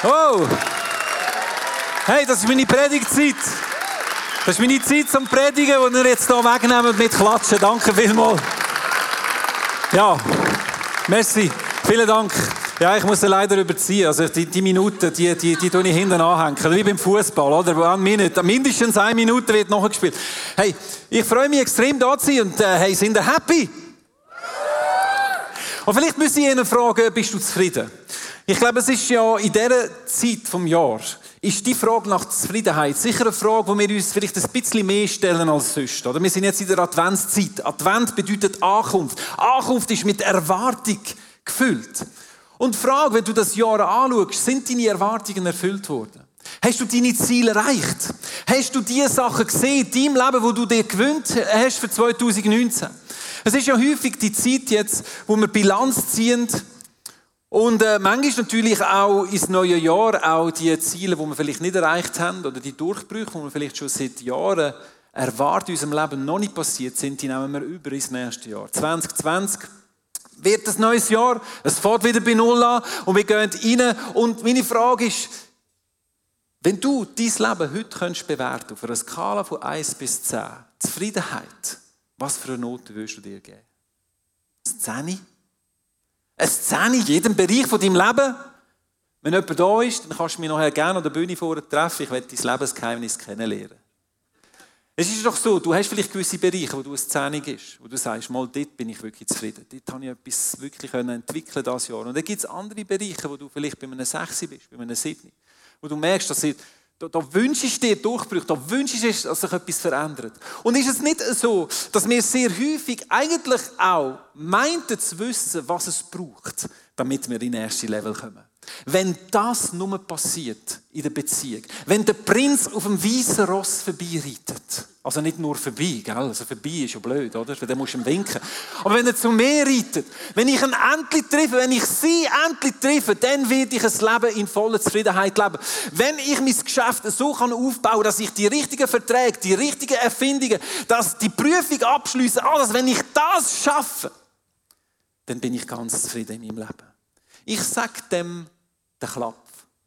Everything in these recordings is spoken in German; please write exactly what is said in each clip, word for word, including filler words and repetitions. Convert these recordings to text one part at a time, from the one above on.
Oh! Hey, das ist meine Predigtzeit. Das ist meine Zeit zum Predigen, die ihr jetzt hier wegnehmt mit Klatschen. Danke vielmals. Ja, merci. Vielen Dank. Ja, ich muss sie leider überziehen. Also die, die Minuten, die, die, die tue ich hinten anhängen. Wie beim Fußball, oder? Mindestens eine Minute wird nachgespielt. Hey, ich freue mich extrem, da zu sein. Und äh, hey, sind ihr happy? Und vielleicht müsste ich Ihnen fragen, bist du zufrieden? Ich glaube, es ist ja in dieser Zeit des Jahres, ist die Frage nach Zufriedenheit sicher eine Frage, die wir uns vielleicht ein bisschen mehr stellen als sonst. Oder? Wir sind jetzt in der Adventszeit. Advent bedeutet Ankunft. Ankunft ist mit Erwartung gefüllt. Und die Frage, wenn du das Jahr anschaust, sind deine Erwartungen erfüllt worden? Hast du deine Ziele erreicht? Hast du die Sachen gesehen in deinem Leben, die du dir gewöhnt hast für zwanzig neunzehn? Es ist ja häufig die Zeit jetzt, wo wir Bilanz ziehen. Und äh, manchmal natürlich auch ins neue Jahr auch die Ziele, die wir vielleicht nicht erreicht haben, oder die Durchbrüche, die wir vielleicht schon seit Jahren erwarten, in unserem Leben noch nicht passiert sind, die nehmen wir über ins nächste Jahr. zwanzig zwanzig wird ein neues Jahr, es fährt wieder bei Null an und wir gehen rein. Und meine Frage ist, wenn du dein Leben heute könntest bewerten auf einer Skala von eins bis zehn, Zufriedenheit, was für eine Note würdest du dir geben? Ein zehn? Ein zehn in jedem Bereich von deinem Leben? Wenn jemand da ist, dann kannst du mich nachher gerne an der Bühne vorne treffen. Ich werde dein Lebensgeheimnis kennenlernen. Es ist doch so, du hast vielleicht gewisse Bereiche, wo du ein zehn gibst, wo du sagst, mal, dort bin ich wirklich zufrieden. Dort habe ich etwas wirklich entwickeln dieses Jahr. Und dann gibt es andere Bereiche, wo du vielleicht bei einem sechs bist, bei einem sieben. Wo du merkst, dass ich, da, da wünschst du dir Durchbrüche, da wünschst du dir, dass sich etwas verändert. Und ist es nicht so, dass wir sehr häufig eigentlich auch meinten zu wissen, was es braucht, damit wir in den ersten Level kommen? Wenn das nur passiert in der Beziehung, wenn der Prinz auf dem weißen Ross vorbeireitet, also nicht nur vorbei, gell? Also vorbei ist ja blöd, oder? Für den musst du ihm winken. Aber wenn er zu mir reitet, wenn ich ihn endlich treffe, wenn ich sie endlich treffe, dann werde ich ein Leben in voller Zufriedenheit leben. Wenn ich mein Geschäft so kann aufbauen, dass ich die richtigen Verträge, die richtigen Erfindungen, dass die Prüfung abschließe, alles, wenn ich das schaffe, dann bin ich ganz zufrieden in meinem Leben. Ich sage dem den Klapp.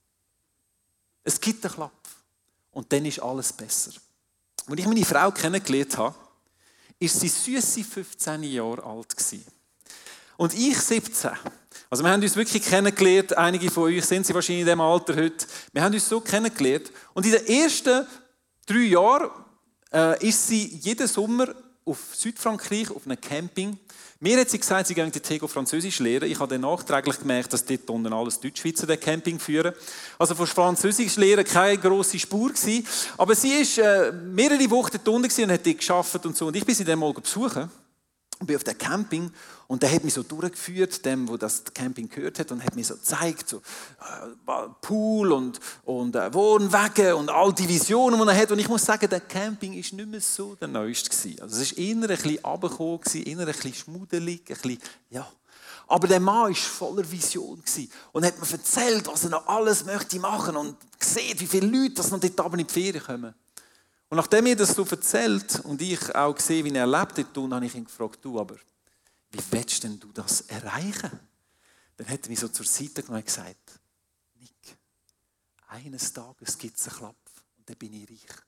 Es gibt den Klapp. Und dann ist alles besser. Als ich meine Frau kennengelernt habe, war sie süsse fünfzehn Jahre alt. Und ich siebzehn. Also wir haben uns wirklich kennengelernt. Einige von euch sind sie wahrscheinlich in diesem Alter heute. Wir haben uns so kennengelernt. Und in den ersten drei Jahren äh, ist sie jeden Sommer auf Südfrankreich auf einem Camping. Mir hat sie gesagt, sie gehen die Tego Französisch lernen. Ich habe dann nachträglich gemerkt, dass dort unten alles Deutschschweizer den Camping führen. Also von Französisch lernen keine grosse Spur gewesen. Aber sie war äh, mehrere Wochen dort unten und hat dort gearbeitet und so. Und ich bin sie dann mal besuchen und bin auf dem Camping und der hat mich so durchgeführt, dem, wo das Camping gehört hat, und hat mir so gezeigt, so äh, Pool und, und äh, Wohnwagen und all die Visionen, die er hat. Und ich muss sagen, der Camping war nicht mehr so der Neueste gewesen. Also es war eher ein bisschen runtergekommen, eher ein bisschen schmuddelig, ein bisschen, ja. Aber der Mann war voller Vision und hat mir erzählt, was er noch alles möchte machen und sieht, wie viele Leute das noch dort in die Ferien kommen. Und nachdem er das so erzählt und ich auch sehe, wie er lebt dort, habe ich ihn gefragt, du, aber wie willst denn du das erreichen? Dann hat er mich so zur Seite genommen und gesagt, Nick, eines Tages gibt es einen Klapp und dann bin ich reich.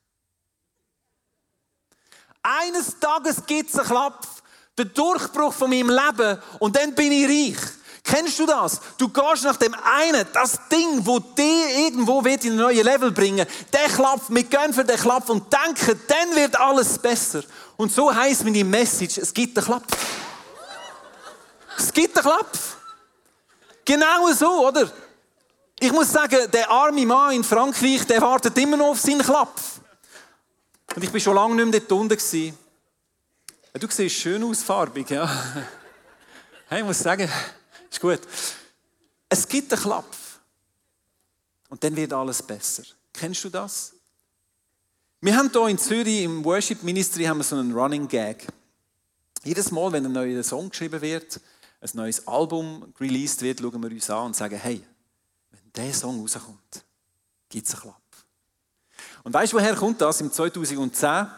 Eines Tages gibt es einen Klapp, der Durchbruch von meinem Leben, und dann bin ich reich. Kennst du das? Du gehst nach dem einen, das Ding, wo dich irgendwo wird in ein neues Level bringen, der Klapp, wir gehen für den Klapp und denken, dann wird alles besser. Und so heisst meine Message, es gibt einen Klapp. Es gibt einen Klapp. Genau so, oder? Ich muss sagen, der arme Mann in Frankreich, der wartet immer noch auf seinen Klapp. Und ich war schon lange nicht mehr dort unten. Du siehst schön aus, farbig, ja. Hey, ich muss sagen, ist gut. Es gibt einen Klapp. Und dann wird alles besser. Kennst du das? Wir haben hier in Zürich im Worship Ministry haben wir so einen Running Gag. Jedes Mal, wenn ein neuer Song geschrieben wird, ein neues Album released wird, schauen wir uns an und sagen, hey, wenn dieser Song rauskommt, gibt es einen Klapp. Und weißt du, woher kommt das? Im zweitausendzehn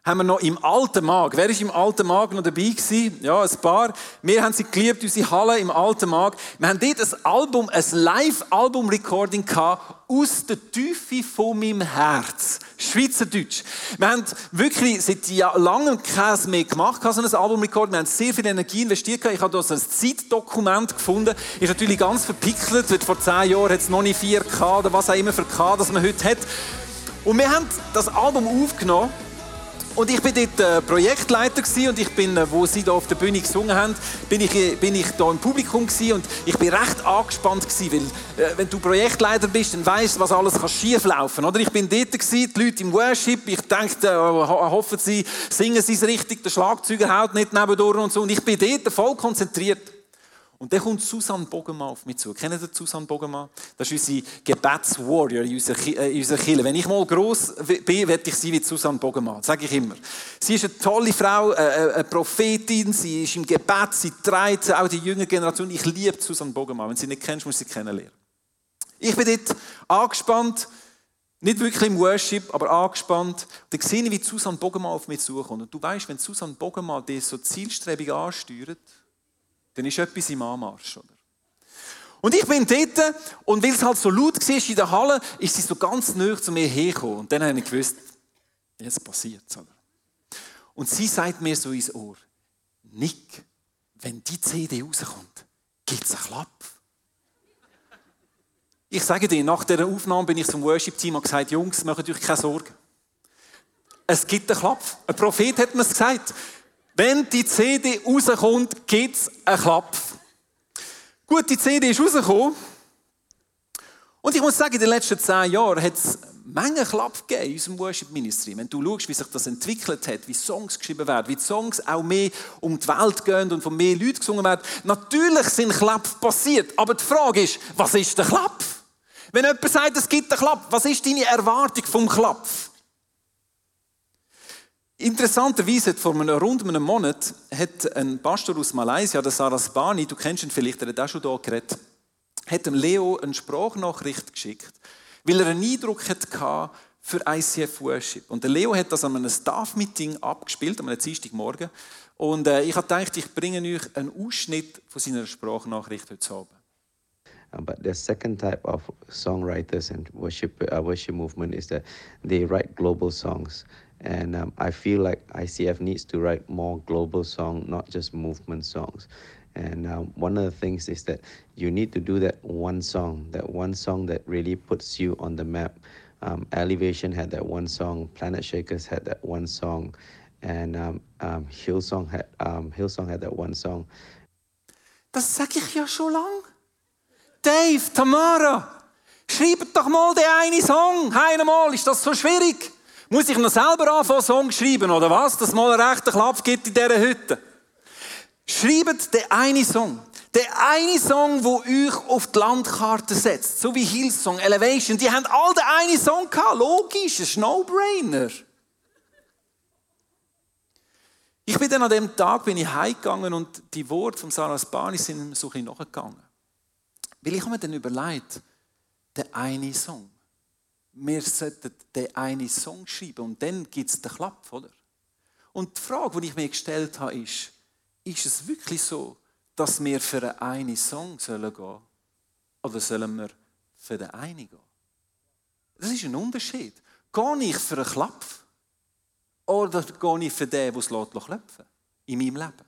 haben wir noch im Alten Mag. Wer war im Alten Mag noch dabei gewesen? Ja, ein paar. Wir haben sie geliebt, unsere Halle im Alten Mag. Wir haben dort ein Album, ein Live-Album-Recording gehabt, aus der Tiefe von meinem Herz. Schweizerdeutsch. Wir haben wirklich seit langem keins mehr gemacht, so ein Album-Recording. Wir haben sehr viel Energie investiert. Ich habe da so ein Zeitdokument gefunden. Ist natürlich ganz verpixelt. Vor zehn Jahren hat es noch nicht vier K oder was auch immer für K, das man heute hat. Und wir haben das Album aufgenommen. Und ich bin dort äh, Projektleiter gewesen, und ich bin, äh, wo sie da auf der Bühne gesungen haben, bin ich, äh, bin ich da im Publikum gewesen, und ich bin recht angespannt gewesen, weil äh, wenn du Projektleiter bist, dann weißt du, was alles kann schief laufen, oder? Ich bin dort gewesen, die Leute im Worship, ich dachte, äh, ho- hoffen sie, singen sie es richtig, der Schlagzeuger haut nicht nebendurch und so, und ich bin dort voll konzentriert. Und dann kommt Susanne Bogemann auf mich zu. Kennt ihr Susanne Bogemann? Das ist unsere Gebetswarrior in unserer Kirche. Wenn ich mal gross bin, werde ich sie wie Susanne Bogemann. Das sage ich immer. Sie ist eine tolle Frau, eine Prophetin. Sie ist im Gebet, sie trägt auch die jüngere Generation. Ich liebe Susanne Bogemann. Wenn du sie nicht kennst, musst du sie kennenlernen. Ich bin dort angespannt, nicht wirklich im Worship, aber angespannt. Und dann sehe ich, wie Susanne Bogemann auf mich zukommt. Und du weißt, wenn Susanne Bogemann dich so zielstrebig ansteuert, dann ist etwas im Anmarsch, oder? Und ich bin dort, und weil es halt so laut war in der Halle, ist sie so ganz nahe zu mir hergekommen. Und dann habe ich gewusst, jetzt passiert es, oder? Und sie sagt mir so ins Ohr, Nick, wenn die C D rauskommt, gibt es einen Klapp. Ich sage dir, nach dieser Aufnahme bin ich zum Worship-Team und gesagt, Jungs, macht euch keine Sorgen. Es gibt einen Klapp. Ein Prophet hat mir es gesagt. Wenn die C D rauskommt, gibt es einen Klapp. Gut, die C D ist rausgekommen. Und ich muss sagen, in den letzten zehn Jahren hat es Menge Klapp gegeben in unserem Worship-Ministry. Wenn du schaust, wie sich das entwickelt hat, wie Songs geschrieben werden, wie die Songs auch mehr um die Welt gehen und von mehr Leuten gesungen werden. Natürlich sind Klapp passiert. Aber die Frage ist, was ist der Klapp? Wenn jemand sagt, es gibt einen Klapp, was ist deine Erwartung vom Klapp? Interessanterweise hat vor einem, rund einem Monat hat ein Pastor aus Malaysia, der Sarasbani, du kennst ihn vielleicht, er hat auch schon hier geredet, hat dem Leo eine Sprachnachricht geschickt, weil er einen Eindruck hatte für I C F Worship. Und der Leo hat das an einem Staff-Meeting abgespielt, an einem Dienstagmorgen. Und äh, ich habe gedacht, ich bringe euch einen Ausschnitt von seiner Sprachnachricht heute Abend. Uh, but the second type of songwriters and worship uh, worship movement is that they write global songs. And um, I feel like I C F needs to write more global songs, not just movement songs. And um, one of the things is that you need to do that one song, that one song that really puts you on the map. Um, Elevation had that one song, Planet Shakers had that one song, and um, um, Hillsong had um, Hillsong had that one song. Das sage ich ja schon lange. Dave, Tamara, schreibt doch mal den einen Song. Einmal, ist das so schwierig? Muss ich noch selber anfangen, Song schreiben, oder was? Dass es mal einen rechten Klapp gibt in dieser Hütte. Schreibt den einen Song. Den einen Song, der euch auf die Landkarte setzt. So wie Hillsong, Elevation. Die haben all den einen Song gehabt. Logisch, ein No-Brainer. Ich bin dann an dem Tag bin ich heimgegangen und die Worte von Sarasbani sind mir so ein bisschen nachgegangen. Weil ich habe mir dann überlegt, der eine Song. Wir sollten den einen Song schreiben und dann gibt es den Klapp, oder? Und die Frage, die ich mir gestellt habe, ist, ist es wirklich so, dass wir für einen Song sollen gehen? Oder sollen wir für den einen gehen? Das ist ein Unterschied. Gehe ich für einen Klapp? Oder gehe ich für den, der es klopfen lässt? In meinem Leben.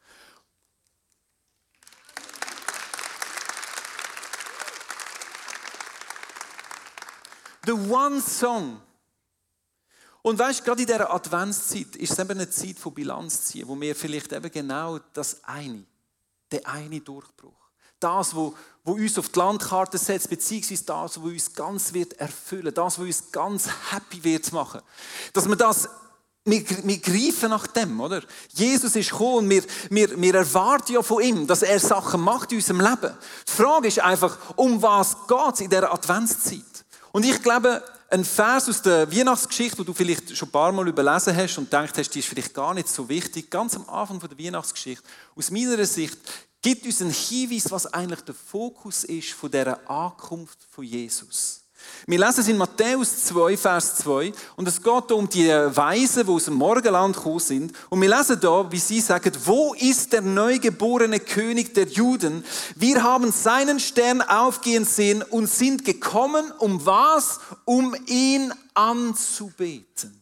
The one song. Und weißt, gerade in dieser Adventszeit ist es eben eine Zeit von Bilanz ziehen, wo wir vielleicht eben genau das eine, den einen Durchbruch, das, wo, wo uns auf die Landkarte setzt, beziehungsweise das, wo uns ganz wird erfüllen, das, wo uns ganz happy wird machen, dass wir das Wir, wir greifen nach dem, oder? Jesus ist gekommen und wir, wir, wir erwarten ja von ihm, dass er Sachen macht in unserem Leben. Die Frage ist einfach, um was geht es in dieser Adventszeit? Und ich glaube, ein Vers aus der Weihnachtsgeschichte, den du vielleicht schon ein paar Mal überlesen hast und gedacht hast, die ist vielleicht gar nicht so wichtig, ganz am Anfang der Weihnachtsgeschichte, aus meiner Sicht, gibt uns einen Hinweis, was eigentlich der Fokus ist von dieser Ankunft von Jesus. Wir lesen es in Matthäus zwei, Vers zwei. Und es geht um die Weisen, die aus dem Morgenland gekommen sind. Und wir lesen da, wie sie sagen, wo ist der neugeborene König der Juden? Wir haben seinen Stern aufgehen sehen und sind gekommen, um was? Um ihn anzubeten.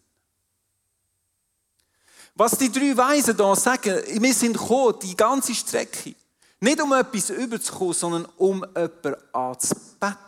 Was die drei Weisen da sagen, wir sind gekommen, die ganze Strecke. Nicht um etwas überzukommen, sondern um jemanden anzubeten.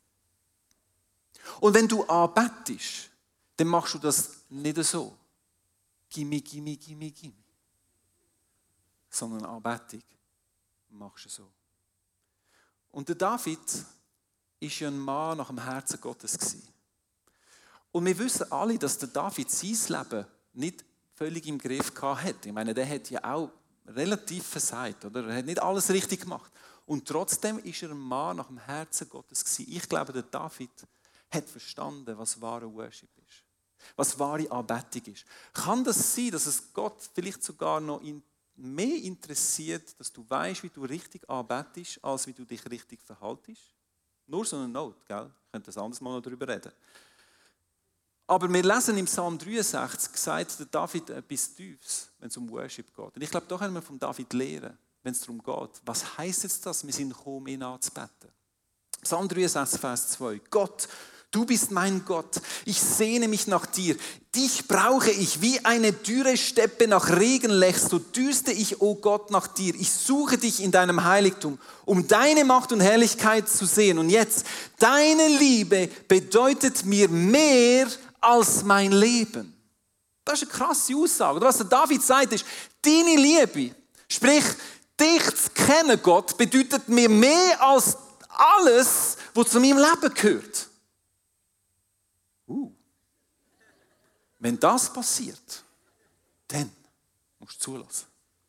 Und wenn du anbetest, dann machst du das nicht so. Gimme, gimme, gimme, gimme. Sondern Anbetung machst du so. Und der David war ja ein Mann nach dem Herzen Gottes. Und wir wissen alle, dass der David sein Leben nicht völlig im Griff hatte. Ich meine, der hat ja auch relativ versagt, oder? Er hat nicht alles richtig gemacht. Und trotzdem war er ein Mann nach dem Herzen Gottes. Ich glaube, der David hat verstanden, was wahre Worship ist. Was wahre Anbetung ist. Kann das sein, dass es Gott vielleicht sogar noch mehr interessiert, dass du weißt, wie du richtig anbetest, als wie du dich richtig verhaltest? Nur so eine Note, gell? Ich könnte das anderes Mal noch darüber reden. Aber wir lesen im Psalm dreiundsechzig, sagt der David etwas Tiefes, wenn es um Worship geht. Und ich glaube, da können wir von David lernen, wenn es darum geht. Was heisst jetzt das? Wir sind gekommen, ihn anzubeten. Psalm dreiundsechzig, Vers zwei. Gott, du bist mein Gott, ich sehne mich nach dir. Dich brauche ich, wie eine dürre Steppe nach Regen lechzt, so dürste ich, o Gott, nach dir. Ich suche dich in deinem Heiligtum, um deine Macht und Herrlichkeit zu sehen. Und jetzt, deine Liebe bedeutet mir mehr als mein Leben. Das ist eine krasse Aussage. Was der David sagt, ist, deine Liebe, sprich, dich zu kennen, Gott, bedeutet mir mehr als alles, was zu meinem Leben gehört. Uh. Wenn das passiert, dann musst du zulassen.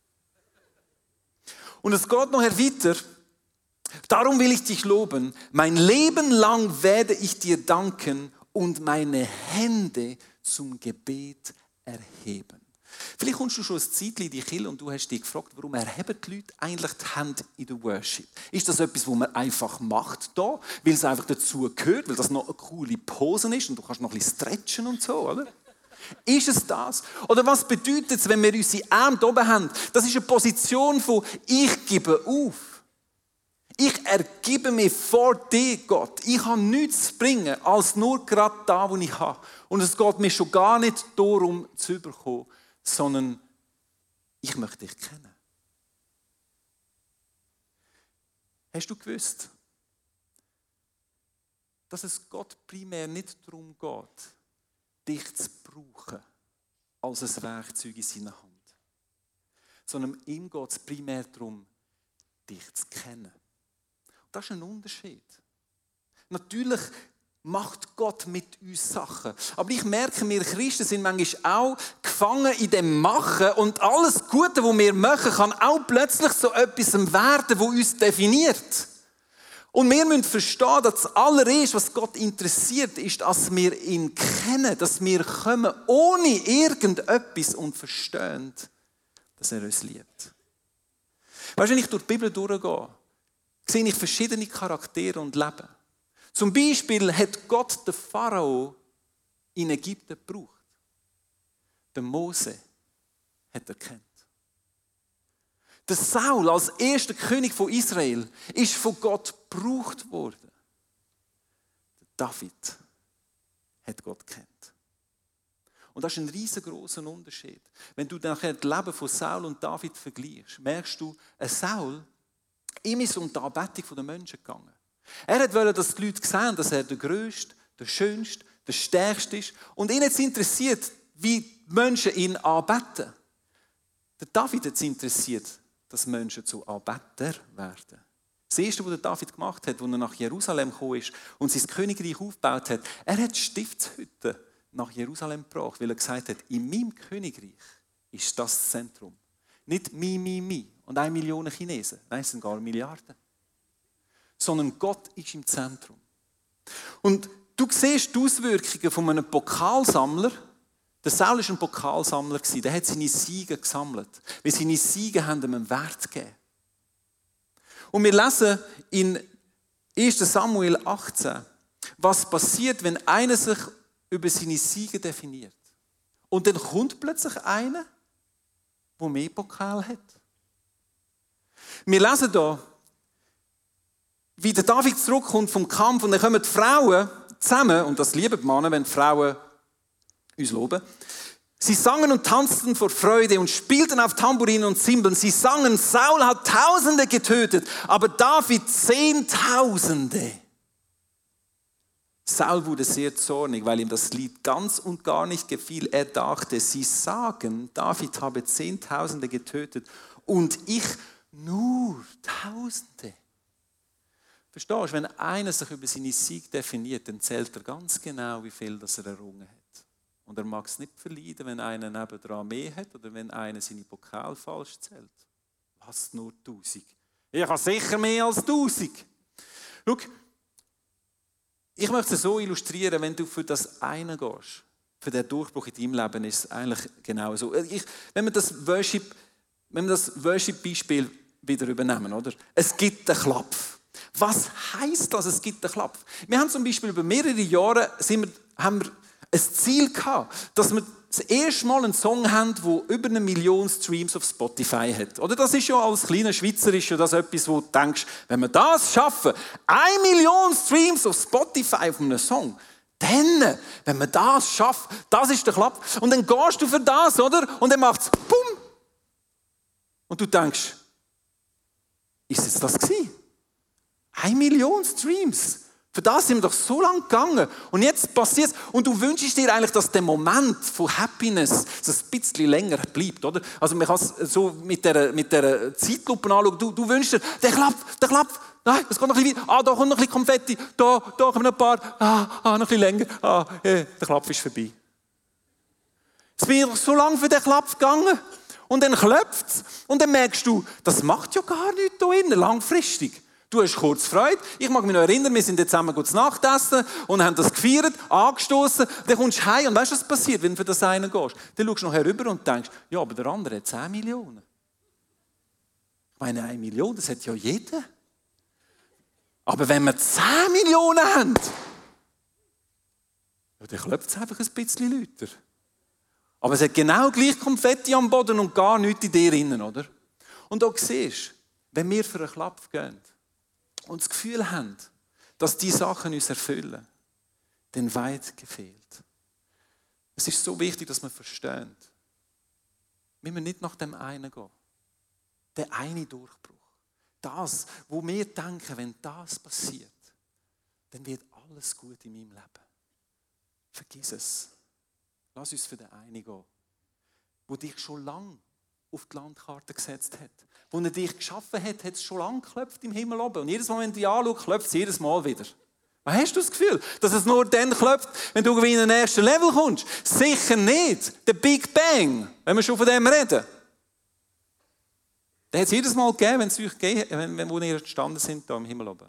Und es geht noch weiter. Darum will ich dich loben. Mein Leben lang werde ich dir danken und meine Hände zum Gebet erheben. Vielleicht kommst du schon ein Zeitchen in die Kirche und du hast dich gefragt, warum erheben die Leute eigentlich die Hände in der Worship? Ist das etwas, was man einfach macht da, weil es einfach dazu gehört, weil das noch eine coole Pose ist und du kannst noch ein bisschen stretchen und so, oder? Ist es das? Oder was bedeutet es, wenn wir unsere Arme oben haben? Das ist eine Position von «Ich gebe auf». Ich ergebe mich vor dir, Gott. Ich habe nichts zu bringen, als nur gerade da, wo ich habe. Und es geht mir schon gar nicht darum, zu überkommen, sondern ich möchte dich kennen. Hast du gewusst, dass es Gott primär nicht darum geht, dich zu brauchen als ein Werkzeug in seiner Hand, sondern ihm geht es primär darum, dich zu kennen. Das ist ein Unterschied. Natürlich macht Gott mit uns Sachen. Aber ich merke, wir Christen sind manchmal auch gefangen in dem Machen und alles Gute, was wir machen, kann auch plötzlich so etwas werden, das uns definiert. Und wir müssen verstehen, dass das Allererste, was Gott interessiert, ist, dass wir ihn kennen, dass wir kommen ohne irgendetwas und verstehen, dass er uns liebt. Weißt du, wenn ich durch die Bibel durchgehe, sehe ich verschiedene Charaktere und Leben. Zum Beispiel hat Gott den Pharao in Ägypten gebraucht. Den Mose hat er kennt. Der Saul als erster König von Israel ist von Gott gebraucht worden. Der David hat Gott kennt. Und das ist ein riesengroßer Unterschied. Wenn du nachher das Leben von Saul und David vergleichst, merkst du, ein Saul, ihm ist um die Anbetung der Menschen gegangen. Er wollte, dass die Leute sehen, dass er der Größte, der Schönste, der Stärkste ist. Und ihn hat es interessiert, wie die Menschen ihn anbeten. Der David hat es interessiert, dass Menschen zu Anbeter werden. Das Erste, was der David gemacht hat, als er nach Jerusalem gekommen ist und sein Königreich aufgebaut hat, er hat Stiftshütten nach Jerusalem gebracht, weil er gesagt hat, in meinem Königreich ist das, das Zentrum. Nicht mi, mi, mi und eine Million Chinesen, nein, es sind gar Milliarden. Sondern Gott ist im Zentrum. Und du siehst die Auswirkungen von einem Pokalsammler. Der Saul war ein Pokalsammler, der hat seine Siege gesammelt, weil seine Siege haben ihm einen Wert gegeben. Und wir lesen in erster Samuel achtzehn, was passiert, wenn einer sich über seine Siege definiert. Und dann kommt plötzlich einer, der mehr Pokal hat. Wir lesen hier, wie der David zurückkommt vom Kampf und dann kommen die Frauen zusammen, und das lieben die Männer, wenn die Frauen uns loben. Sie sangen und tanzten vor Freude und spielten auf Tamburinen und Zimbeln. Sie sangen, Saul hat Tausende getötet, aber David Zehntausende. Saul wurde sehr zornig, weil ihm das Lied ganz und gar nicht gefiel. Er dachte, sie sagen, David habe Zehntausende getötet und ich nur Tausende. Verstehst du, wenn einer sich über seine Sieg definiert, dann zählt er ganz genau, wie viel das er errungen hat. Und er mag es nicht verleiden, wenn einer nebendran mehr hat oder wenn einer seine Pokal falsch zählt. Was, nur tausend? Ich habe sicher mehr als tausend. Schau, ich möchte es so illustrieren, wenn du für das eine gehst, für den Durchbruch in deinem Leben, ist es eigentlich genau so. Ich, wenn wir das Worship, wenn wir das Worship-Beispiel wieder übernehmen, oder? Es gibt einen Klapf. Was heisst das, es gibt einen Klapf? Wir haben zum Beispiel über mehrere Jahre sind wir, haben wir ein Ziel gehabt, dass wir das erste Mal einen Song haben, der über eine Million Streams auf Spotify hat. Oder das ist ja als kleiner Schweizer ist ja das etwas, wo du denkst, wenn wir das schaffen, eine Million Streams auf Spotify auf einem Song, dann, wenn wir das schaffen, das ist der Klapp. Und dann gehst du für das, oder? Und dann macht es bumm. Und du denkst, ist es das gewesen? Eine Million Streams. Für das sind wir doch so lange gegangen. Und jetzt passiert es. Und du wünschst dir eigentlich, dass der Moment von Happiness so ein bisschen länger bleibt, oder? Also man kann es so mit dieser, mit dieser Zeitlupe anschauen. Du, du wünschst dir, der klappt, der klappt. Nein, es geht noch ein bisschen weiter. Ah, da kommt noch ein bisschen Konfetti. Da, da kommen noch ein paar. Ah, ah noch ein bisschen länger. Ah, eh, der Klapp ist vorbei. Es bin doch so lange für den Klapp gegangen. Und dann klopft es. Und dann merkst du, das macht ja gar nichts da innen, langfristig. Du hast kurz Freude. Ich mag mich noch erinnern, wir sind jetzt zusammen zu Nacht essen und haben das gefeiert, angestoßen. Dann kommst du heim und weißt du, was passiert, wenn du für das einen gehst? Dann schaust du noch herüber und denkst, ja, aber der andere hat zehn Millionen. Ich meine, eine Million, das hat ja jeder. Aber wenn wir zehn Millionen haben, ja, dann klopft es einfach ein bisschen lauter. Aber es hat genau gleich Konfetti am Boden und gar nichts in dir drin, oder? Und da siehst du, wenn wir für einen Klapp gehen, und das Gefühl haben, dass die Sachen uns erfüllen, dann weit gefehlt. Es ist so wichtig, dass wir verstehen, wir müssen nicht nach dem einen gehen. Der eine Durchbruch. Das, wo wir denken, wenn das passiert, dann wird alles gut in meinem Leben. Vergiss es. Lass uns für den einen gehen, der dich schon lange auf die Landkarte gesetzt hat. Wo er dich geschaffen hat, hat es schon lange geklopft im Himmel oben. Und jedes Mal, wenn du dich anschaust, klopft es jedes Mal wieder. Hast du das Gefühl, dass es nur dann klopft, wenn du in den ersten Level kommst? Sicher nicht. Der Big Bang, wenn wir schon von dem reden. Der hat es jedes Mal gegeben, wenn es euch gegeben, wenn, wenn, wo ihr entstanden sind, da im Himmel oben.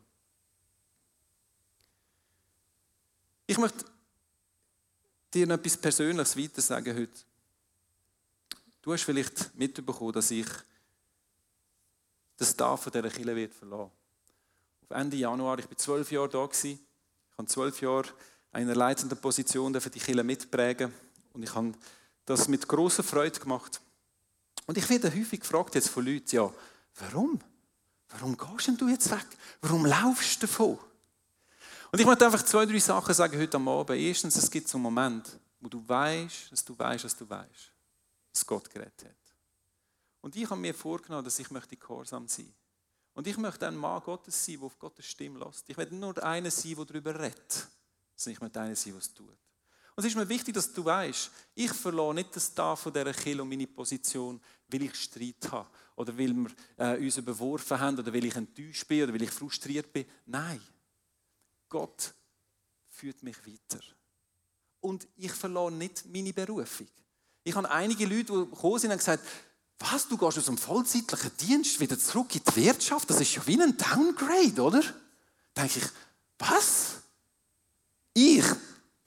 Ich möchte dir noch etwas Persönliches weiter sagen heute. Du hast vielleicht mitbekommen, dass ich das Staff von dieser Kirche wird verlassen. Auf Ende Januar, ich war zwölf Jahre da. Ich habe zwölf Jahre in einer leitenden Position für die Kirche mitprägen. Und ich habe das mit grosser Freude gemacht. Und ich werde häufig gefragt jetzt von Leuten, ja, warum? Warum gehst denn du jetzt weg? Warum laufst du davon? Und ich möchte einfach zwei, drei Sachen sagen heute am Abend. Erstens, es gibt so einen Moment, wo du weißt, dass du weißt, dass du weißt, dass Gott geredet hat. Und ich habe mir vorgenommen, dass ich möchte gehorsam sein. Und ich möchte ein Mann Gottes sein, der auf Gottes Stimme lässt. Ich werde nur einer sein, der darüber redet, sondern ich möchte einer sein, der es tut. Und es ist mir wichtig, dass du weißt, ich verlasse nicht das da von dieser Kirche und meine Position, weil ich Streit habe oder weil wir äh, uns überworfen haben oder weil ich enttäuscht bin oder weil ich frustriert bin. Nein, Gott führt mich weiter. Und ich verlasse nicht meine Berufung. Ich habe einige Leute, die gekommen sind und gesagt, was, du gehst aus dem vollzeitlichen Dienst wieder zurück in die Wirtschaft? Das ist ja wie ein Downgrade, oder? Da denke ich, was? Ich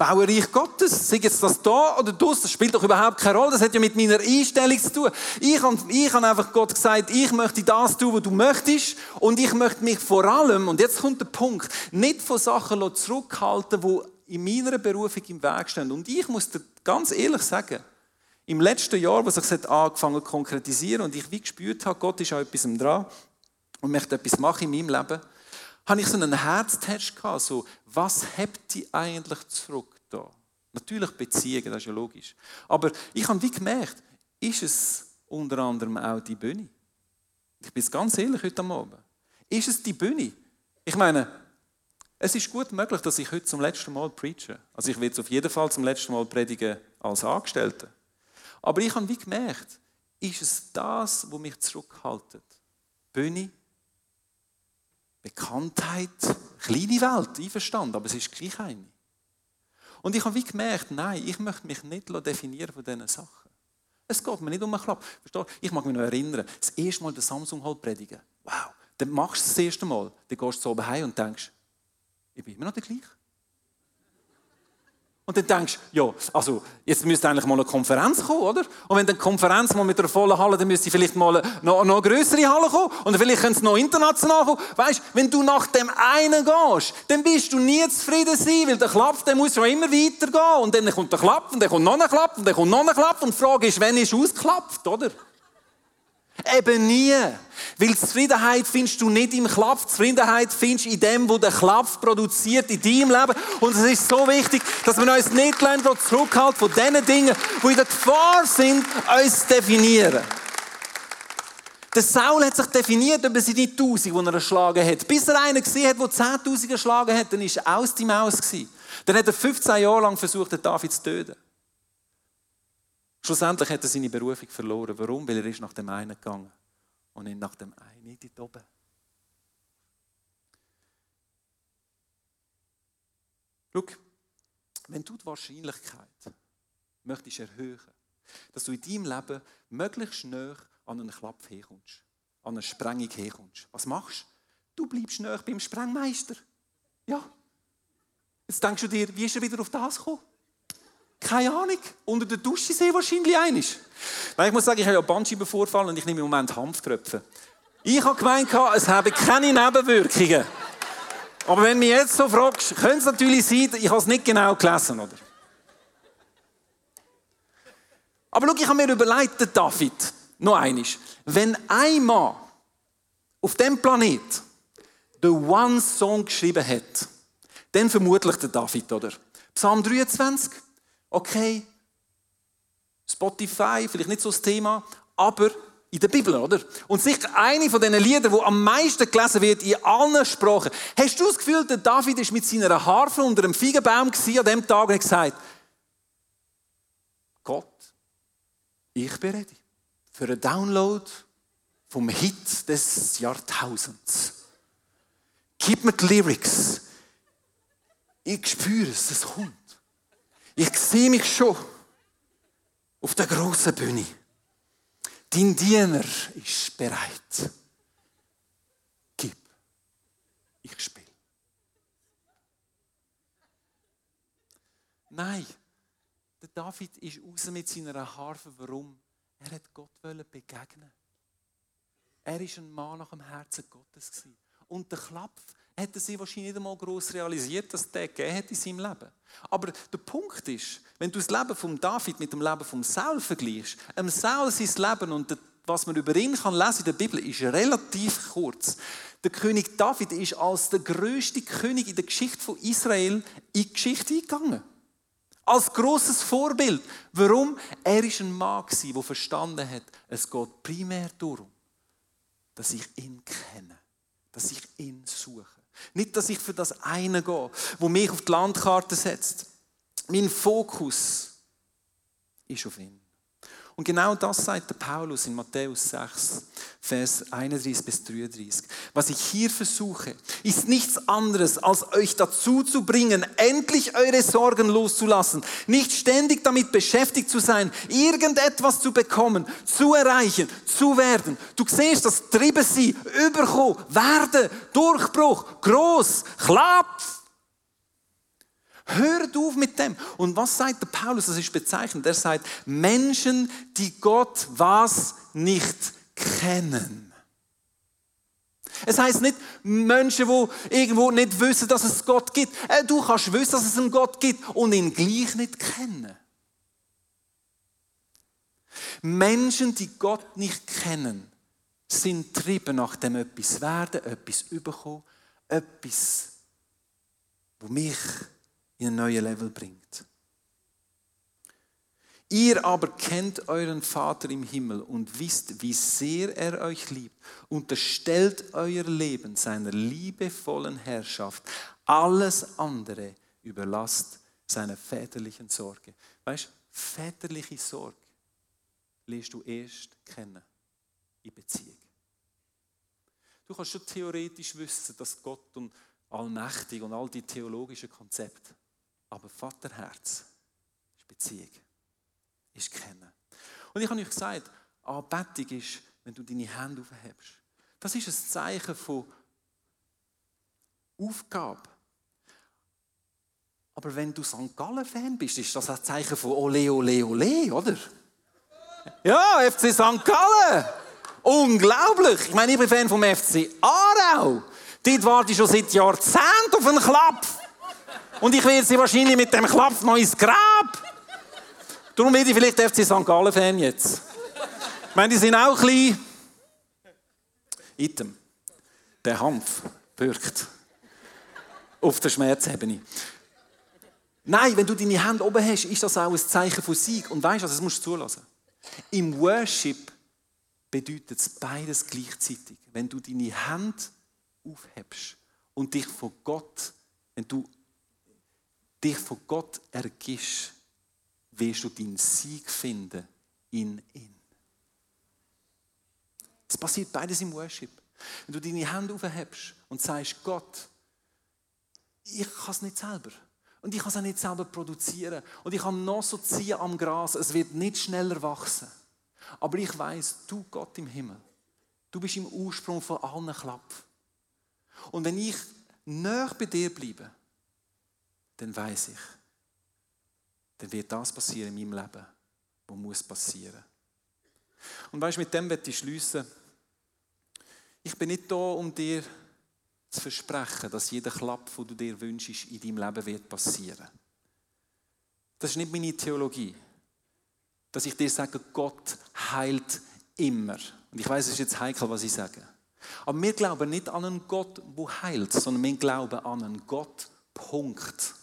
baue Reich Gottes. Sei jetzt das da oder das, das spielt doch überhaupt keine Rolle. Das hat ja mit meiner Einstellung zu tun. Ich habe ich hab einfach Gott gesagt, ich möchte das tun, was du möchtest. Und ich möchte mich vor allem, und jetzt kommt der Punkt, nicht von Sachen zurückhalten, die in meiner Berufung im Weg stehen. Und ich muss dir ganz ehrlich sagen, im letzten Jahr, wo sich das angefangen zu konkretisieren und ich wie gespürt habe, Gott ist an etwas dran und möchte etwas machen in meinem Leben, habe ich so einen Herztest gehabt, so, was hebt die eigentlich zurück da? Natürlich Beziehungen, das ist ja logisch. Aber ich habe wie gemerkt, ist es unter anderem auch die Bühne? Ich bin jetzt ganz ehrlich heute Abend. Ist es die Bühne? Ich meine, es ist gut möglich, dass ich heute zum letzten Mal preache. Also ich werde auf jeden Fall zum letzten Mal predigen als Angestellter. Aber ich habe wie gemerkt, ist es das, was mich zurückhaltet? Bühne, Bekanntheit, kleine Welt, einverstanden, aber es ist gleich eine. Und ich habe wie gemerkt, nein, ich möchte mich nicht definieren von diesen Sachen. Es geht mir nicht um einen Klapp. Verstehst? Ich mag mich noch erinnern, das erste Mal den Samsung halt predigen. Wow, dann machst du es das erste Mal, dann gehst du zu oben heim und denkst, ich bin immer noch der gleiche. Und dann denkst du, ja, also jetzt müsste eigentlich mal eine Konferenz kommen, oder? Und wenn dann eine Konferenz mal mit einer vollen Halle, dann müsste vielleicht mal eine, noch, noch eine grössere Halle kommen. Und vielleicht könnte es noch international kommen. Weißt du, wenn du nach dem einen gehst, dann bist du nie zufrieden sein, weil der Klapp, der muss schon immer weitergehen. Und dann kommt der Klapp, und dann kommt noch ein Klapp, und dann kommt noch ein Klapp. Und die Frage ist, wann ist es ausgeklappt, oder? Eben nie. Weil Zufriedenheit findest du nicht im Klapp. Zufriedenheit findest du in dem, was der Klapp produziert in deinem Leben. Und es ist so wichtig, dass wir uns nicht zurückhalten von den Dingen, die in der Gefahr sind, uns zu definieren. Der Saul hat sich definiert über seine Tausend, die er erschlagen hat. Bis er einen gesehen hat, der zehntausend erschlagen hat, dann war er aus die Maus. Dann hat er fünfzehn Jahre lang versucht, den David zu töten. Schlussendlich hat er seine Berufung verloren. Warum? Weil er ist nach dem einen gegangen und nicht nach dem einen, nicht dort oben. Schau, wenn du die Wahrscheinlichkeit möchtest erhöhen, dass du in deinem Leben möglichst nahe an einen Klapp herkommst, an eine Sprengung herkommst, was machst du? Du bleibst nahe beim Sprengmeister. Ja. Jetzt denkst du dir, wie ist er wieder auf das gekommen? Keine Ahnung. Unter der Dusche sehe wahrscheinlich einiges. Weil ich muss sagen, ich habe ja Bandscheibenvorfall und ich nehme im Moment Hanftröpfe. Ich habe gemeint, es habe keine Nebenwirkungen. Aber wenn du mich jetzt so fragst, könnte es natürlich sein, ich habe es nicht genau gelesen, oder? Aber schau, ich habe mir überlegt, der David, noch eines, wenn ein Mann auf diesem Planet den One-Song geschrieben hat, dann vermutlich der David, oder? Psalm dreiundzwanzig. Okay, Spotify, vielleicht nicht so das Thema, aber in der Bibel, oder? Und sicher eine von diesen Liedern, die am meisten gelesen wird in allen Sprachen. Hast du das Gefühl, der David war mit seiner Harfe unter einem Feigenbaum an diesem Tag und hat gesagt, Gott, ich bin ready für einen Download vom Hit des Jahrtausends. Gib mir die Lyrics. Ich spüre es, es kommt. Ich sehe mich schon auf der grossen Bühne. Dein Diener ist bereit. Gib. Ich spiele. Nein, der David ist raus mit seiner Harfe. Warum? Er hat Gott begegnen. Er war ein Mann nach dem Herzen Gottes. Und der Klapp hätte sie wahrscheinlich nicht einmal gross realisiert, dass der gegeben hat in seinem Leben. Aber der Punkt ist, wenn du das Leben von David mit dem Leben von Saul vergleichst, ähm Saul sein Leben und was man über ihn kann lesen in der Bibel, ist relativ kurz. Der König David ist als der grösste König in der Geschichte von Israel in die Geschichte eingegangen. Als grosses Vorbild. Warum? Er war ein Mann, der verstanden hat, es geht primär darum, dass ich ihn kenne, dass ich ihn suche. Nicht, dass ich für das eine gehe, wo mich auf die Landkarte setzt. Mein Fokus ist auf ihn. Und genau das sagt der Paulus in Matthäus sechs, Vers einunddreißig bis dreiunddreißig. Was ich hier versuche, ist nichts anderes, als euch dazu zu bringen, endlich eure Sorgen loszulassen, nicht ständig damit beschäftigt zu sein, irgendetwas zu bekommen, zu erreichen, zu werden. Du siehst das Treiben sein, überkommen, werden, Durchbruch, gross, klappt. Hört auf mit dem. Und was sagt der Paulus? Das ist bezeichnend. Er sagt, Menschen, die Gott was nicht kennen. Es heisst nicht, Menschen, die irgendwo nicht wissen, dass es Gott gibt. Du kannst wissen, dass es einen Gott gibt und ihn gleich nicht kennen. Menschen, die Gott nicht kennen, sind getrieben nach dem etwas werden, etwas überkommen, etwas, das mich in einen neuen Level bringt. Ihr aber kennt euren Vater im Himmel und wisst, wie sehr er euch liebt. Unterstellt euer Leben seiner liebevollen Herrschaft. Alles andere überlasst seiner väterlichen Sorge. Weißt du, väterliche Sorge lernst du erst kennen in Beziehung. Du kannst schon theoretisch wissen, dass Gott und allmächtig und all die theologischen Konzepte, aber Vaterherz ist Beziehung. Ist kennen. Und ich habe euch gesagt, Anbetung ist, wenn du deine Hände aufhebst. Das ist ein Zeichen von Aufgabe. Aber wenn du Sankt Gallen-Fan bist, ist das ein Zeichen von Ole, Ole, Ole, oder? Ja, F C Sankt Gallen! Unglaublich! Ich meine, ich bin Fan vom F C Aarau. Dort warte ich schon seit Jahrzehnten auf einen Klapp. Und ich werde sie wahrscheinlich mit dem Klapp noch ins Grab. Darum werde ich vielleicht F C Sankt Gallen-Fan jetzt. Ich meine, die sind auch klein. Item. Der Hanf wirkt. Auf der Schmerzebene. Nein, wenn du deine Hände oben hast, ist das auch ein Zeichen von Sieg. Und weißt du, das musst du zulassen. Im Worship bedeutet es beides gleichzeitig. Wenn du deine Hände aufhebst und dich von Gott, wenn du dich von Gott ergibst, wirst du deinen Sieg finden in ihn. Es passiert beides im Worship. Wenn du deine Hände aufhebst und sagst, Gott, ich kann es nicht selber. Und ich kann es auch nicht selber produzieren. Und ich kann noch so ziehen am Gras. Es wird nicht schneller wachsen. Aber ich weiss, du Gott im Himmel, du bist im Ursprung von allen Klappen. Und wenn ich nahe bei dir bleibe, dann weiss ich, dann wird das passieren in meinem Leben, was muss passieren. Und weißt, mit dem möchte ich schliessen. Ich bin nicht da, um dir zu versprechen, dass jeder Klapp, den du dir wünschst, in deinem Leben wird passieren. Das ist nicht meine Theologie. Dass ich dir sage, Gott heilt immer. Und ich weiss, es ist jetzt heikel, was ich sage. Aber wir glauben nicht an einen Gott, der heilt, sondern wir glauben an einen Gott, Punkt.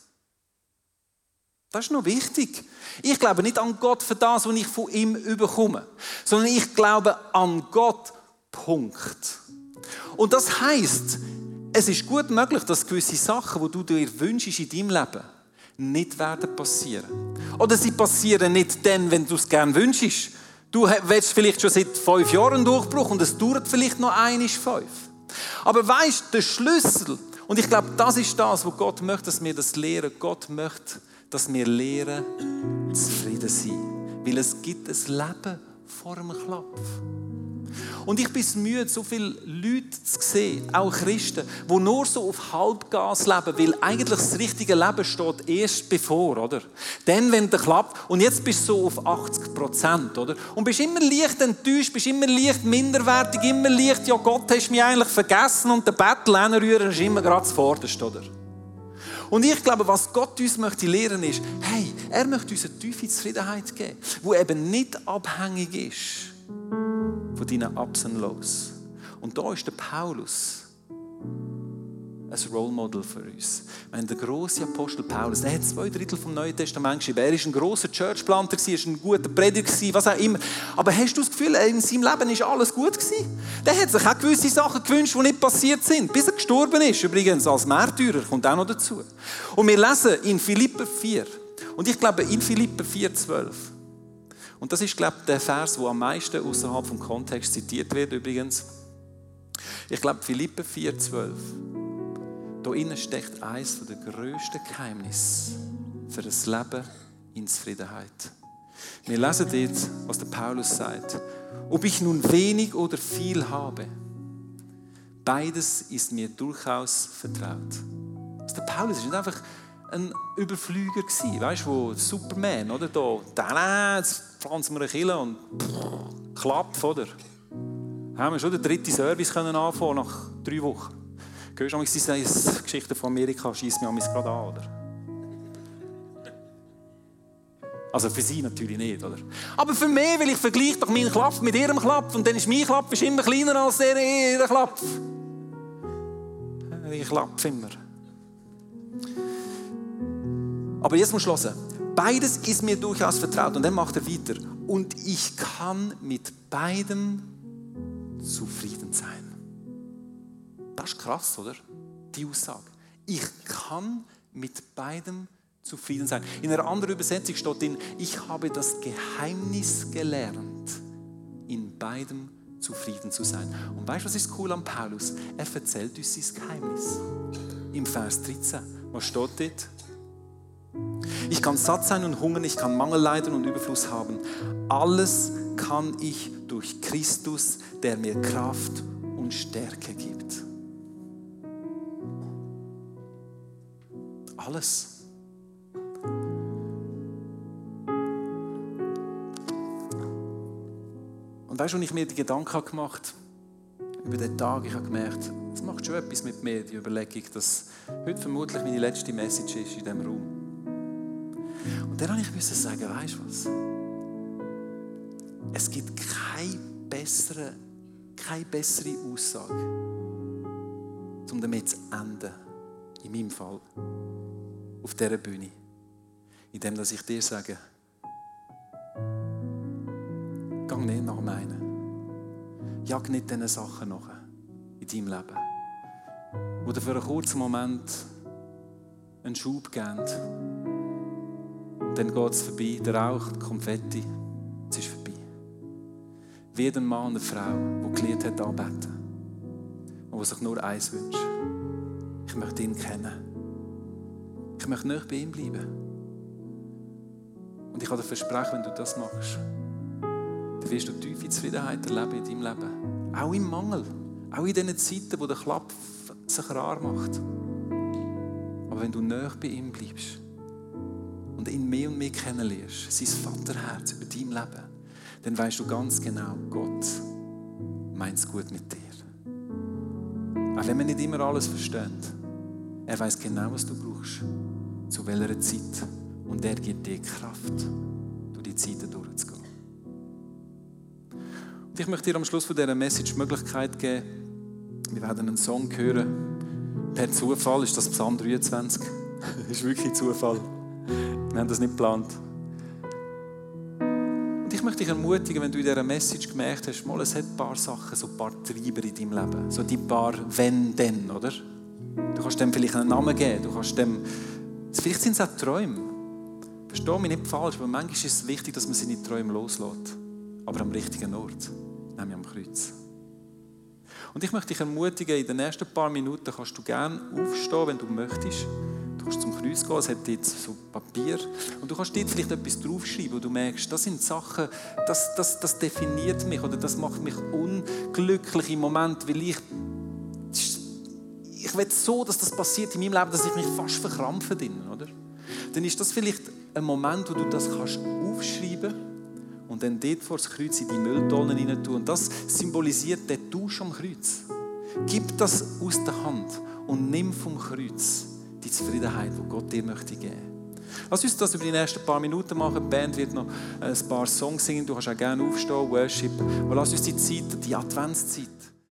Das ist noch wichtig. Ich glaube nicht an Gott für das, was ich von ihm überkomme, sondern ich glaube an Gott, Punkt. Und das heisst, es ist gut möglich, dass gewisse Sachen, die du dir wünschst in deinem Leben, nicht werden passieren. Oder sie passieren nicht dann, wenn du es gerne wünschst. Du willst vielleicht schon seit fünf Jahren einen Durchbruch und es dauert vielleicht noch ein, ist fünf. Aber weisst, der Schlüssel, und ich glaube, das ist das, was Gott möchte, dass wir das lehren. Gott möchte, dass wir lernen, zufrieden sein. Weil es gibt ein Leben vor dem Klapp. Und ich bin müde, so viele Leute zu sehen, auch Christen, die nur so auf Halbgas leben, weil eigentlich das richtige Leben steht erst bevor, oder? Dann, wenn der klappt, und jetzt bist du so auf achtzig Prozent, oder? Und bist immer leicht enttäuscht, bist immer leicht minderwertig, immer leicht, ja Gott, hast mich eigentlich vergessen und den Bettel hinrühren ist immer gerade das Vorderste, oder? Und ich glaube, was Gott uns möchte lehren ist, hey, er möchte uns eine tiefe Zufriedenheit geben, die eben nicht abhängig ist von deinen Ups und Lows. Und da ist der Paulus ein Role Model für uns. Ich meine, der grosse Apostel Paulus, der hat zwei Drittel vom Neuen Testament geschrieben. Er war ein grosser Churchplanter, er war ein guter Prediger, was auch immer. Aber hast du das Gefühl, in seinem Leben war alles gut gewesen? Der hat sich auch gewisse Sachen gewünscht, die nicht passiert sind. Bis er gestorben ist, übrigens als Märtyrer, kommt auch noch dazu. Und wir lesen in Philipper vier. Und ich glaube, in Philipper vier, zwölf. Und das ist, glaube ich, der Vers, der am meisten außerhalb vom Kontext zitiert wird, übrigens. Ich glaube, Philipper vier, zwölf. Da innen steckt eines der grössten Geheimnisse für das Leben in Zufriedenheit. Wir lesen dort, was der Paulus sagt. Ob ich nun wenig oder viel habe, beides ist mir durchaus vertraut. Also der Paulus ist nicht einfach ein Überflüger gewesen, weißt du, Superman, oder? Da, da, jetzt pflanzen wir eine Kille und pff, klappt, oder? Haben wir schon den dritten Service können anfangen nach drei Wochen. Hörst du diese Geschichte von Amerika, schießt mich gerade an, oder? Also für sie natürlich nicht, oder? Aber für mich, weil ich vergleiche doch meinen Klapf mit ihrem Klapf und dann ist mein Klapf ist immer kleiner als der ihre Klapf. Ich klapf immer. Aber jetzt muss ich hören. Beides ist mir durchaus vertraut. Und dann macht er weiter. Und ich kann mit beidem zufrieden sein. Das ist krass, oder? Die Aussage. Ich kann mit beidem zufrieden sein. In einer anderen Übersetzung steht drin, ich habe das Geheimnis gelernt, in beidem zufrieden zu sein. Und weißt du, was ist cool an Paulus? Er erzählt uns sein Geheimnis. Im Vers dreizehn. Was steht dort? Ich kann satt sein und hungern, ich kann Mangel leiden und Überfluss haben. Alles kann ich durch Christus, der mir Kraft und Stärke gibt. Alles. Und weißt du, als ich mir die Gedanken gemacht habe, über den Tag, ich habe gemerkt, es macht schon etwas mit mir, die Überlegung, dass heute vermutlich meine letzte Message ist in diesem Raum. Und dann habe ich müssen sagen, weißt du was? Es gibt keine bessere, keine bessere Aussage, um damit zu enden, in meinem Fall, auf dieser Bühne, indem dass ich dir sage, geh nicht nach meinen. Jag nicht diesen Sachen nach in deinem Leben, die dir für einen kurzen Moment einen Schub geben. Und dann geht es vorbei, der Rauch, die Konfetti, es ist vorbei. Wie ein Mann und eine Frau, die gelernt hat, anbeten. Und die sich nur eins wünscht. Ich möchte ihn kennen. Ich möchte nicht bei ihm bleiben. Und ich kann dir versprechen, wenn du das machst, dann wirst du tiefe Zufriedenheit erleben in deinem Leben. Auch im Mangel. Auch in diesen Zeiten, wo der Klapp sich rar macht. Aber wenn du näher bei ihm bleibst und ihn mehr und mehr kennenlernst, sein Vaterherz über dein Leben, dann weißt du ganz genau, Gott meint es gut mit dir. Auch wenn wir nicht immer alles verstehen, er weiß genau, was du brauchst, zu welcher Zeit. Und er gibt dir Kraft, durch die Zeiten durchzugehen. Und ich möchte dir am Schluss von dieser Message die Möglichkeit geben, wir werden einen Song hören. Per Zufall ist das Psalm dreiundzwanzig. Das ist wirklich Zufall. Wir haben das nicht geplant. Und ich möchte dich ermutigen, wenn du in dieser Message gemerkt hast, mal, es hat ein paar Sachen, so ein paar Treiber in deinem Leben. So die paar wenn, denn, oder? Du kannst dem vielleicht einen Namen geben. Du kannst dem, vielleicht sind es auch Träume. Versteh mich nicht falsch, aber manchmal ist es wichtig, dass man seine Träume loslässt. Aber am richtigen Ort, nämlich am Kreuz. Und ich möchte dich ermutigen, in den nächsten paar Minuten kannst du gerne aufstehen, wenn du möchtest. Du kannst zum Kreuz gehen, es hat dort so Papier. Und du kannst dort vielleicht etwas draufschreiben, wo du merkst, das sind Sachen, das, das, das definiert mich oder das macht mich unglücklich im Moment, weil ich ich will so, dass das passiert in meinem Leben, dass ich mich fast verkrampfe drin, oder? Dann ist das vielleicht ein Moment, wo du das kannst aufschreiben und dann dort vor das Kreuz in die Mülltonnen hinein tun. Und das symbolisiert den Tausch am Kreuz. Gib das aus der Hand und nimm vom Kreuz die Zufriedenheit, die Gott dir möchte geben. Lass uns das über die nächsten paar Minuten machen. Die Band wird noch ein paar Songs singen. Du kannst auch gerne aufstehen, Worship. Aber lass uns die Zeit, die Adventszeit,